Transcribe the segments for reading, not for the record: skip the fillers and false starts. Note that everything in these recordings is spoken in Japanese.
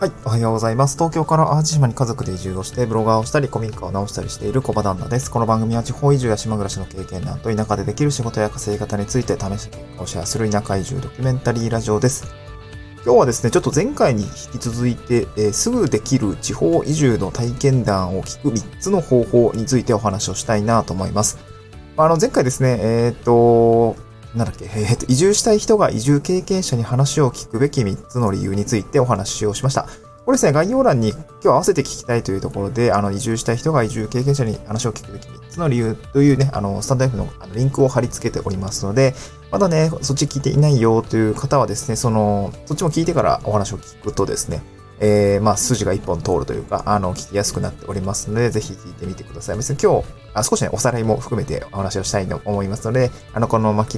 はい、おはようございます。東京から淡路島に家族で移住をして、ブロガーをしたり、古民家を直したりしている小場旦那です。この番組は地方移住や島暮らしの経験談と田舎でできる仕事や稼ぎ方について試した結果をシェアする田舎移住ドキュメンタリーラジオです。今日はですね、ちょっと前回に引き続いて、すぐできる地方移住の体験談を聞く3つの方法についてお話をしたいなと思います。前回ですね、移住したい人が移住経験者に話を聞くべき3つの理由についてお話をしました。これですね、概要欄に今日合わせて聞きたいというところで、移住したい人が移住経験者に話を聞くべき3つの理由というね、スタンド F のリンクを貼り付けておりますので、まだね、そっち聞いていないよという方はですね、そっちも聞いてからお話を聞くとですね、筋が一本通るというか、聞きやすくなっておりますので、ぜひ聞いてみてください。別に今日、少しね、おさらいも含めてお話をしたいと思いますので、このまま引き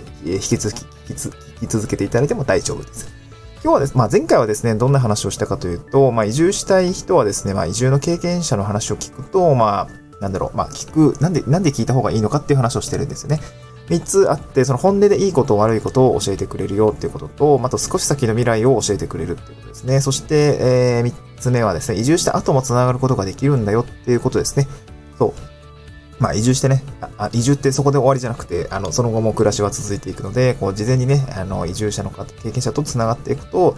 続けていただいても大丈夫です。今日はですね、前回はですね、どんな話をしたかというと、移住したい人はですね、移住の経験者の話を聞くと、なんで聞いた方がいいのかっていう話をしてるんですよね。3つあって、その本音でいいこと悪いことを教えてくれるよっていうことと、あと少し先の未来を教えてくれるっていうことですね。そして、3つ目はですね、移住した後もつながることができるんだよっていうことですね。そう。移住してね、移住ってそこで終わりじゃなくて、その後も暮らしは続いていくので、事前にね、移住者の方、経験者と繋がっていくと、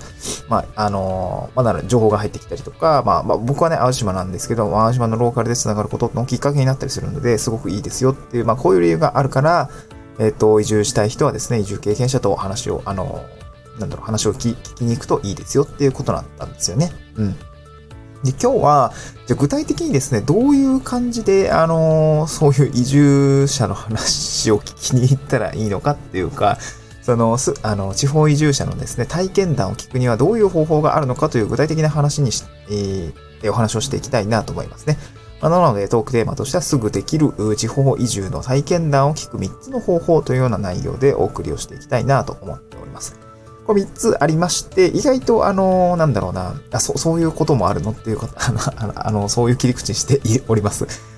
情報が入ってきたりとか、僕はね、淡路島なんですけど、淡路島のローカルで繋がることのきっかけになったりするので、すごくいいですよっていう、こういう理由があるから、移住したい人はですね、移住経験者と話を聞きに行くといいですよっていうことだったんですよね。うん。で、今日は、具体的にですね、どういう感じで、そういう移住者の話を聞きに行ったらいいのかっていうか、地方移住者のですね、体験談を聞くにはどういう方法があるのかという具体的な話にお話をしていきたいなと思いますね。なので、トークテーマとしてはすぐできる地方移住の体験談を聞く3つの方法というような内容でお送りをしていきたいなと思っております。これ3つありまして、意外とそういうこともあるのっていうか、そういう切り口にしております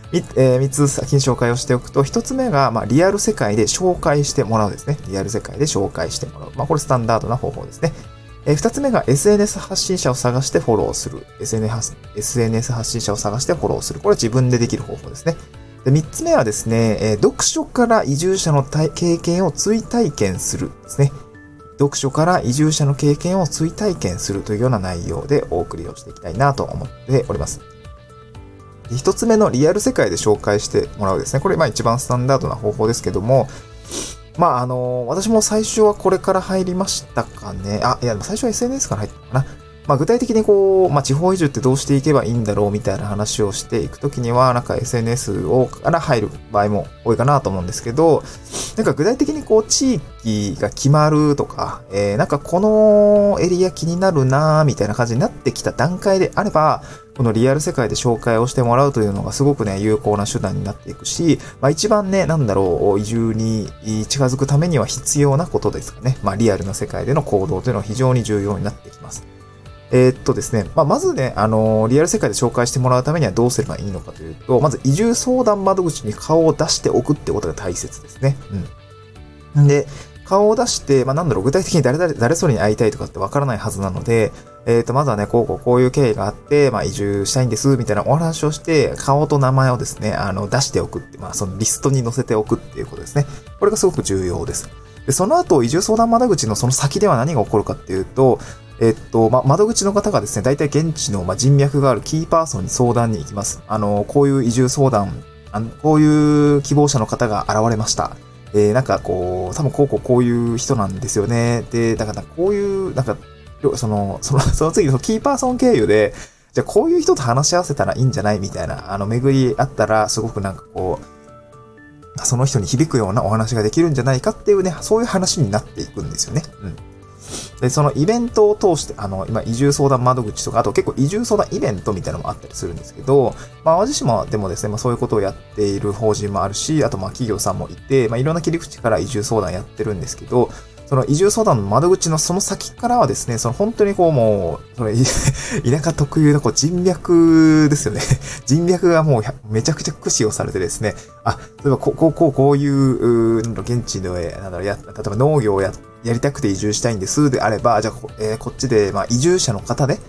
。3つ先に紹介をしておくと、1つ目が、リアル世界で紹介してもらうですね。リアル世界で紹介してもらう。これスタンダードな方法ですね。2つ目が SNS 発信者を探してフォローする。SNS 発信者を探してフォローする。これは自分でできる方法ですね。で、3つ目はですね、読書から移住者の経験を追体験するですね。読書から移住者の経験を追体験するというような内容でお送りをしていきたいなと思っております。一つ目のリアル世界で紹介してもらうですね。これ一番スタンダードな方法ですけども、私も最初はこれから入りましたかね。でも最初は SNS から入ったかな。具体的に地方移住ってどうしていけばいいんだろうみたいな話をしていくときには、SNS から入る場合も多いかなと思うんですけど、具体的に地域が決まるとか、このエリア気になるなーみたいな感じになってきた段階であれば、このリアル世界で紹介をしてもらうというのがすごくね、有効な手段になっていくし、一番ね、移住に近づくためには必要なことですかね。リアルな世界での行動というのは非常に重要になってきます。ですね、まずね、リアル世界で紹介してもらうためにはどうすればいいのかというと、まず移住相談窓口に顔を出しておくってことが大切ですね。うん。で、顔を出して、具体的に誰それに会いたいとかってわからないはずなので、まずはね、こういう経緯があって、移住したいんです、みたいなお話をして、顔と名前をですね、出しておくって、そのリストに載せておくっていうことですね。これがすごく重要です。で、その後、移住相談窓口のその先では何が起こるかっていうと、窓口の方がですね、大体現地の人脈があるキーパーソンに相談に行きます。こういう移住相談、こういう希望者の方が現れました。多分こういう人なんですよね。で、だからこういう、その次のキーパーソン経由で、じゃあこういう人と話し合わせたらいいんじゃないみたいな、巡りあったら、すごくその人に響くようなお話ができるんじゃないかっていうね、そういう話になっていくんですよね。うん。で、そのイベントを通して、今、移住相談窓口とか、あと結構移住相談イベントみたいなのもあったりするんですけど、淡路島でもですね、そういうことをやっている法人もあるし、あと企業さんもいて、いろんな切り口から移住相談やってるんですけど、その移住相談の窓口のその先からはですね、本当に田舎特有の人脈ですよね。人脈がもうめちゃくちゃ駆使をされてですね、例えばこういう、現地の、例えば農業をやりたくて移住したいんですであれば、じゃあ、こっちで、移住者の方で、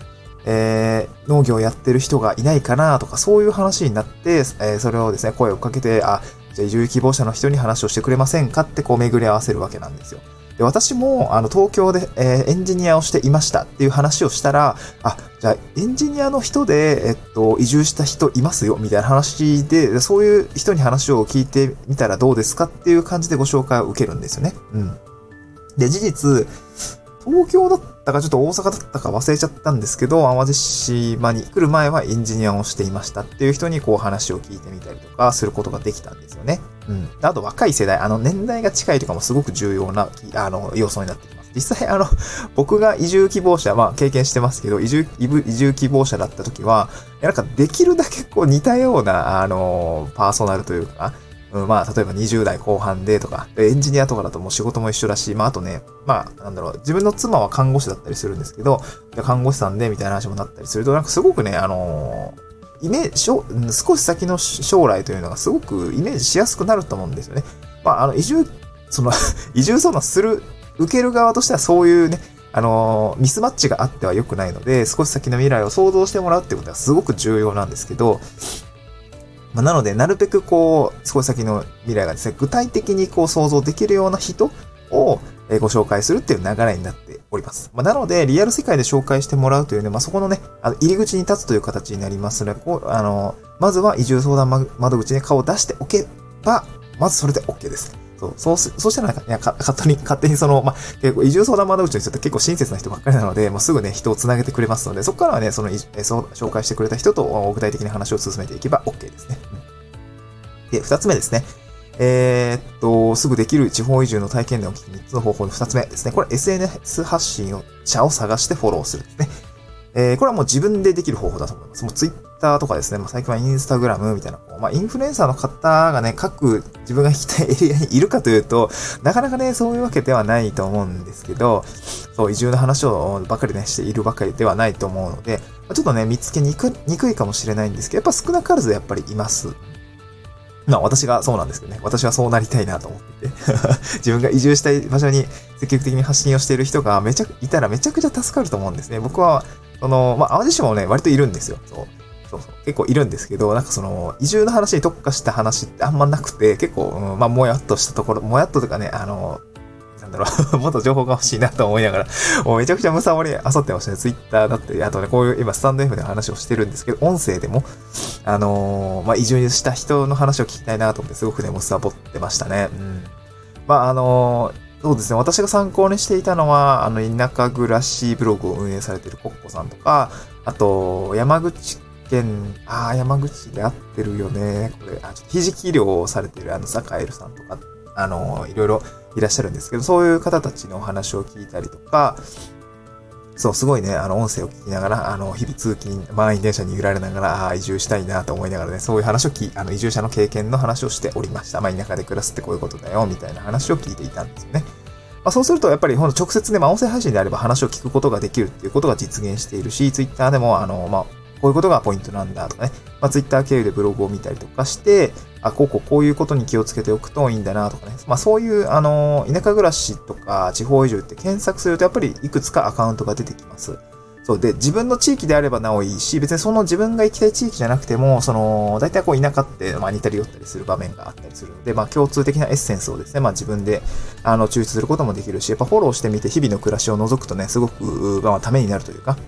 農業やってる人がいないかなとか、そういう話になって、それをですね、声をかけて、じゃあ移住希望者の人に話をしてくれませんかってこう巡り合わせるわけなんですよ。で、私も、東京で、エンジニアをしていましたっていう話をしたら、じゃあ、エンジニアの人で、移住した人いますよ、みたいな話で、そういう人に話を聞いてみたらどうですかっていう感じでご紹介を受けるんですよね。うん。で、事実、東京だったかちょっと大阪だったか忘れちゃったんですけど、淡路島に来る前はエンジニアをしていましたっていう人にこう話を聞いてみたりとかすることができたんですよね。うん。あと若い世代、年代が近いとかもすごく重要な、要素になってきます。実際僕が移住希望者、経験してますけど、移住希望者だった時は、なんかできるだけこう似たような、パーソナルというか、例えば20代後半でとか、エンジニアとかだともう仕事も一緒だし、あとね、自分の妻は看護師だったりするんですけど、看護師さんでみたいな話もなったりすると、なんかすごくね、イメージ、少し先の将来というのがすごくイメージしやすくなると思うんですよね。移住相談受ける側としてはそういうね、ミスマッチがあっては良くないので、少し先の未来を想像してもらうってことはすごく重要なんですけど、なので、なるべくこう、少し先の未来がですね、具体的にこう想像できるような人をご紹介するっていう流れになっております。なので、リアル世界で紹介してもらうというね、そこのね、入り口に立つという形になりますので、まずは移住相談窓口に顔を出しておけば、まずそれで OK です。そうしたら勝手に結構移住相談窓口の人って結構親切な人ばっかりなので、もうすぐね、人をつなげてくれますので、そこからはね、紹介してくれた人と具体的な話を進めていけば OK ですね。で、二つ目ですね。すぐできる地方移住の体験談を聞く3つの方法の2つ目ですね。これ SNS 発信者を探してフォローするですね。これはもう自分でできる方法だと思います。もう Twitter とかですね、最近は Instagram みたいな、インフルエンサーの方がね、自分が行きたいエリアにいるかというと、なかなかね、そういうわけではないと思うんですけど、移住の話をばかりね、しているばかりではないと思うので、ちょっとね、見つけにくいかもしれないんですけど、やっぱ少なからずやっぱりいます。私がそうなんですけどね。私はそうなりたいなと思っていて。自分が移住したい場所に積極的に発信をしている人がいたらめちゃくちゃ助かると思うんですね。僕は、淡路島もね、割といるんですよ。そう。結構いるんですけど、なんか移住の話に特化した話ってあんまなくて、結構、もやっとしたところ、もやっととかね、もっと情報が欲しいなと思いながら、もうめちゃくちゃむさぼり漁ってましたね。ツイッターだって、あとね、こういう今スタンド F で話をしてるんですけど、音声でも、移住した人の話を聞きたいなと思って、すごくね、むさぼってましたね。うん。そうですね。私が参考にしていたのは、田舎暮らしブログを運営されているコッコさんとか、あと、山口で合ってるよね。これ、ひじき漁をされているサカエルさんとか、いろいろいらっしゃるんですけど、そういう方たちのお話を聞いたりとか、すごいね、音声を聞きながら、日々通勤、満員電車に揺られながら、移住したいなと思いながらね、そういう話を移住者の経験の話をしておりました。田舎で暮らすってこういうことだよ、みたいな話を聞いていたんですよね。そうすると、やっぱり、直接ね、音声配信であれば話を聞くことができるっていうことが実現しているし、ツイッターでも、こういうことがポイントなんだとかね、ツイッター経由でブログを見たりとかして、こういうことに気をつけておくといいんだなとかね。そういう、田舎暮らしとか地方移住って検索するとやっぱりいくつかアカウントが出てきます。で、自分の地域であればなおいいし、別にその自分が行きたい地域じゃなくても、大体田舎って、似たり寄ったりする場面があったりするので、共通的なエッセンスをですね、自分で、抽出することもできるし、やっぱフォローしてみて日々の暮らしを覗くとね、すごく、ためになるというか、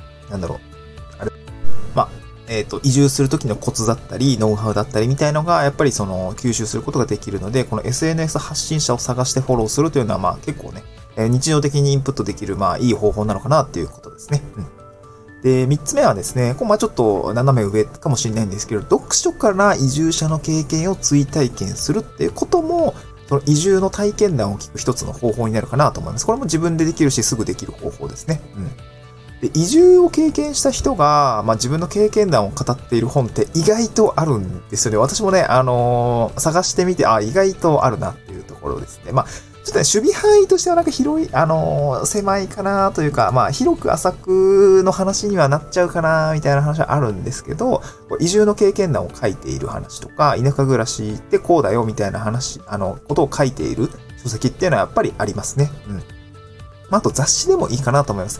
移住するときのコツだったり、ノウハウだったりみたいのが、やっぱり吸収することができるので、この SNS 発信者を探してフォローするというのは、結構ね、日常的にインプットできる、いい方法なのかなっていうことですね。うん。で、三つ目はですね、ちょっと斜め上かもしれないんですけど、読書から移住者の経験を追体験するっていうことも、その移住の体験談を聞く一つの方法になるかなと思います。これも自分でできるし、すぐできる方法ですね。うん。で、移住を経験した人が、自分の経験談を語っている本って意外とあるんですよね。私もね、探してみて、意外とあるなっていうところですね。ちょっとね、守備範囲としてはなんか広い、狭いかなというか、広く浅くの話にはなっちゃうかなみたいな話はあるんですけど、移住の経験談を書いている話とか、田舎暮らしってこうだよみたいな話、ことを書いている書籍っていうのはやっぱりありますね。うん。あと雑誌でもいいかなと思います。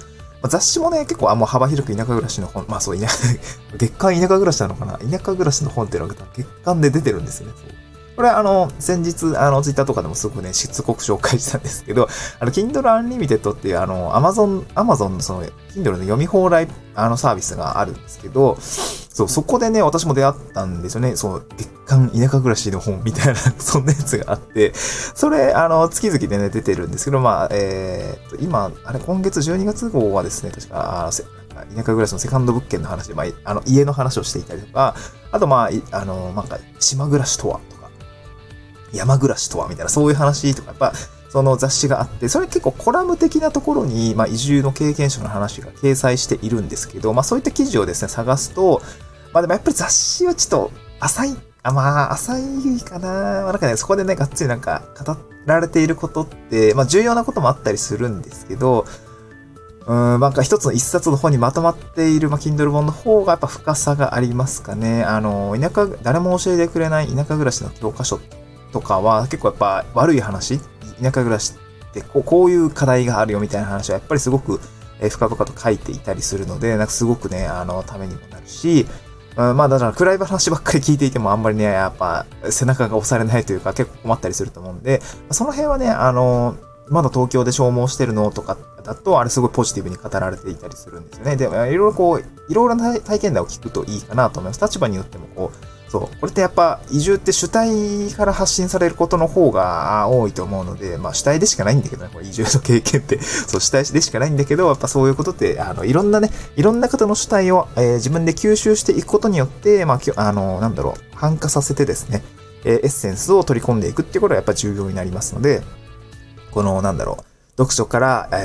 雑誌もね、結構もう幅広く田舎暮らしの本、まあそう、月刊田舎暮らしなのかな、田舎暮らしの本っていうのが月刊で出てるんですよね。これ先日、ツイッターとかでもすごくね、しつこく紹介したんですけど、Kindle Unlimited っていうAmazon のその、Kindle の読み放題、サービスがあるんですけど、そう、そこでね、私も出会ったんですよね。そう、月刊田舎暮らしの本みたいな、そんなやつがあって、それ、月々でね、出てるんですけど、まあ、今、今月12月号はですね、確か、田舎暮らしのセカンド物件の話で、まあ、家の話をしていたりとか、あと、まあ、なんか、島暮らしとは、とか、山暮らしとはみたいな、そういう話とか、やっぱ、その雑誌があって、それ結構コラム的なところに、まあ、移住の経験者の話が掲載しているんですけど、まあ、そういった記事をですね、探すと、まあ、でもやっぱり雑誌はちょっと、浅いかな。なんかね、そこでね、がっつりなんか、語られていることって、まあ、重要なこともあったりするんですけど、なんか一つの一冊の本にまとまっている、まあ、Kindle 本の方がやっぱ深さがありますかね。誰も教えてくれない田舎暮らしの教科書とかは結構やっぱ悪い話、田舎暮らしってこういう課題があるよみたいな話はやっぱりすごく深々と書いていたりするので、なんかすごくね、ためにもなるし、まあだから暗い話ばっかり聞いていてもあんまりね、やっぱ背中が押されないというか結構困ったりすると思うんで、その辺はね、まだ東京で消耗してるのとかだと、あれすごいポジティブに語られていたりするんですよね。で、いろいろな体験談を聞くといいかなと思います。立場によってもそう、これってやっぱ移住って主体から発信されることの方が多いと思うので、まあ主体でしかないんだけどね、これ移住の経験って、そう主体でしかないんだけど、やっぱそういうことって、いろんな方の主体を、自分で吸収していくことによって、まあ、反化させてですね、エッセンスを取り込んでいくっていうことがやっぱ重要になりますので、読書から、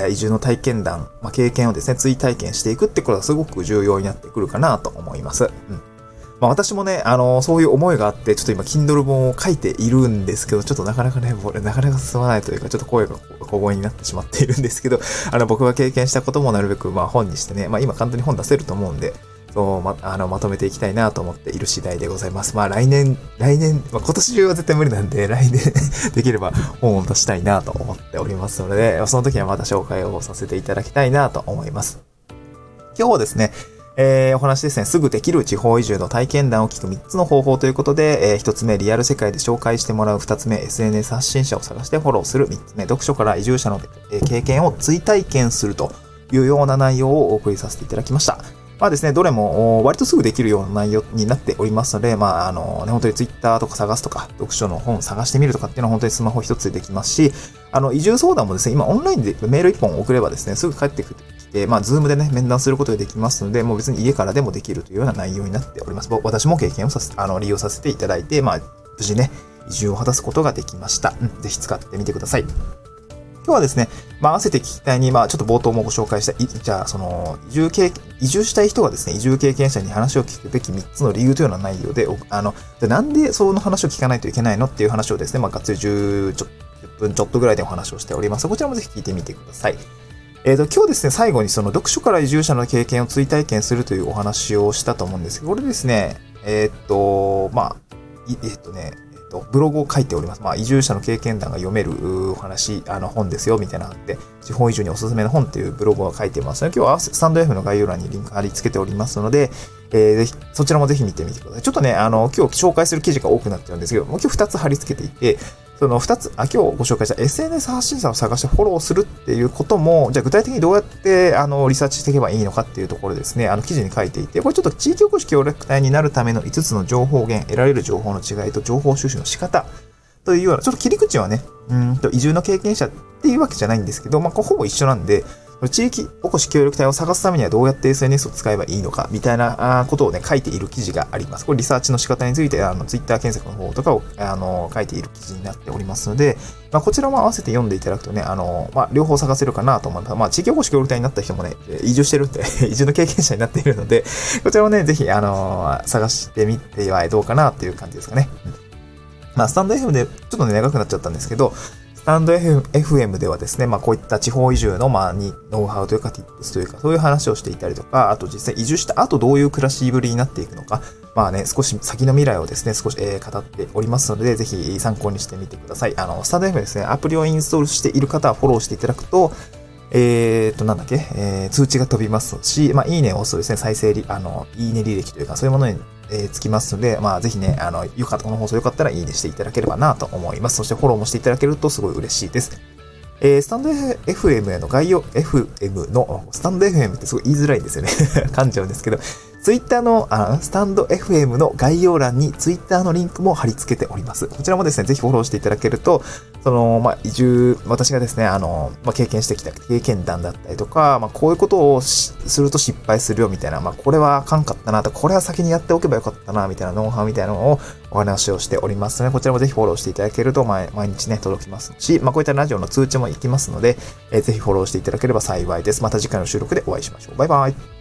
移住の体験談、まあ、経験をですね、追体験していくってことがすごく重要になってくるかなと思います。まあ私もね、そういう思いがあって、ちょっと今、Kindle 本を書いているんですけど、ちょっとなかなか進まないというか、ちょっと声が小声になってしまっているんですけど、僕が経験したこともなるべく、まあ本にしてね、まあ今簡単に本出せると思うんで、そう、まとめていきたいなと思っている次第でございます。まあ来年、まあ今年中は絶対無理なんで、来年できれば本を出したいなと思っておりますので、その時はまた紹介をさせていただきたいなと思います。今日はですね、お話ですね、すぐできる地方移住の体験談を聞く3つの方法ということで、1つ目、リアル世界で紹介してもらう。2つ目、SNS 発信者を探してフォローする。3つ目、読書から移住者の経験を追体験するというような内容をお送りさせていただきました。まあですね、どれも割とすぐできるような内容になっておりますので、まあ本当に Twitter とか探すとか、読書の本を探してみるとかっていうのは本当にスマホ一つでできますし、移住相談もですね、今オンラインでメール1本送ればですね、すぐ帰ってくる。まあ、ズームでね、面談することができますので、もう別に家からでもできるというような内容になっております。私も経験を利用させていただいて、まあ、無事ね、移住を果たすことができました。ぜひ使ってみてください。今日はですね、まあ、合わせて聞きたいに、まあ、ちょっと冒頭もご紹介した、じゃあ、移住したい人がですね、移住経験者に話を聞くべき3つの理由というような内容で、じゃあなんでその話を聞かないといけないのっていう話をですね、まあ、がっつり10分ちょっとぐらいでお話をしております。こちらもぜひ聞いてみてください。今日ですね、最後にその読書から移住者の経験を追体験するというお話をしたと思うんですけど、これですね、まあ、ブログを書いております。まあ、移住者の経験談が読めるお話、本ですよ、みたいなのがあって、地方移住におすすめの本っていうブログを書いてますので、今日はスタンド F の概要欄にリンク貼り付けておりますので、ぜひ、そちらもぜひ見てみてください。ちょっとね、今日紹介する記事が多くなってるんですけど、もう今日2つ貼り付けていて、その2つ、今日ご紹介した SNS 発信者を探してフォローするっていうことも、じゃあ具体的にどうやって、リサーチしていけばいいのかっていうところですね、記事に書いていて、これちょっと地域おこし協力隊になるための5つの情報源、得られる情報の違いと情報収集の仕方というような、ちょっと切り口はね、移住の経験者っていうわけじゃないんですけど、まあ、ほぼ一緒なんで、地域おこし協力隊を探すためにはどうやって SNS を使えばいいのか、みたいなことをね、書いている記事があります。これリサーチの仕方について、Twitter 検索の方とかを、書いている記事になっておりますので、まあ、こちらも合わせて読んでいただくとね、まあ、両方探せるかなと思うんですが、まあ、地域おこし協力隊になった人もね、移住してるんで、移住の経験者になっているので、こちらをね、ぜひ、探してみてはどうかなっていう感じですかね。まあ、スタンド FM でちょっとね、長くなっちゃったんですけど、スタンド FM ではですね、まあこういった地方移住のノウハウというか Tips というかそういう話をしていたりとか、あと実際移住した後どういう暮らしぶりになっていくのか、まあね、少し先の未来をですね、少し、語っておりますので、ぜひ参考にしてみてください。スタンド FM ですね、アプリをインストールしている方はフォローしていただくと、 なんだっけ、通知が飛びますし、まあ、いいねを押すとですね、再生いいね履歴というか、そういうものに、つきますので、まあ、ぜひね、この放送よかったらいいねしていただければなと思います。そしてフォローもしていただけるとすごい嬉しいです。スタンド FM への概要、FM の、スタンド FM ってすごい言いづらいんですよね。噛んじゃうんですけど、ツイッターの、スタンド FM の概要欄にツイッターのリンクも貼り付けております。こちらもですね、ぜひフォローしていただけると、移住、私がですね、経験してきた経験談だったりとか、こういうことをすると失敗するよみたいな、これはあかんかったなと、これは先にやっておけばよかったな、みたいなノウハウみたいなのをお話をしておりますので、こちらもぜひフォローしていただけると、毎日ね、届きますし、こういったラジオの通知も行きますので、ぜひフォローしていただければ幸いです。また次回の収録でお会いしましょう。バイバイ。